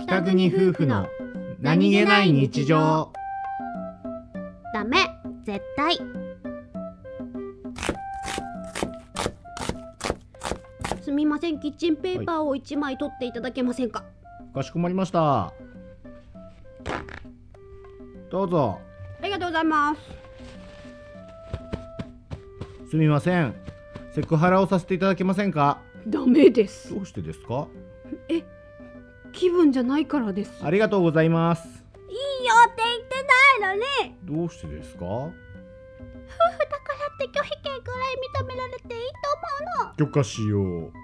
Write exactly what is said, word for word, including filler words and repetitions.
北国夫婦の何気ない日常。 ダメ、絶対。すみません、キッチンペーパーをいちまい取っていただけませんか。 かしこまりました。どうぞ。 ありがとうございます。 すみません、セクハラをさせていただけませんか。 ダメです。 どうしてですか。 え、気分じゃないからです。 ありがとうございます。 いいよって言ってないのに。 どうしてですか。 夫婦だからって拒否権くらい認められていいと思うの。 許可しよう。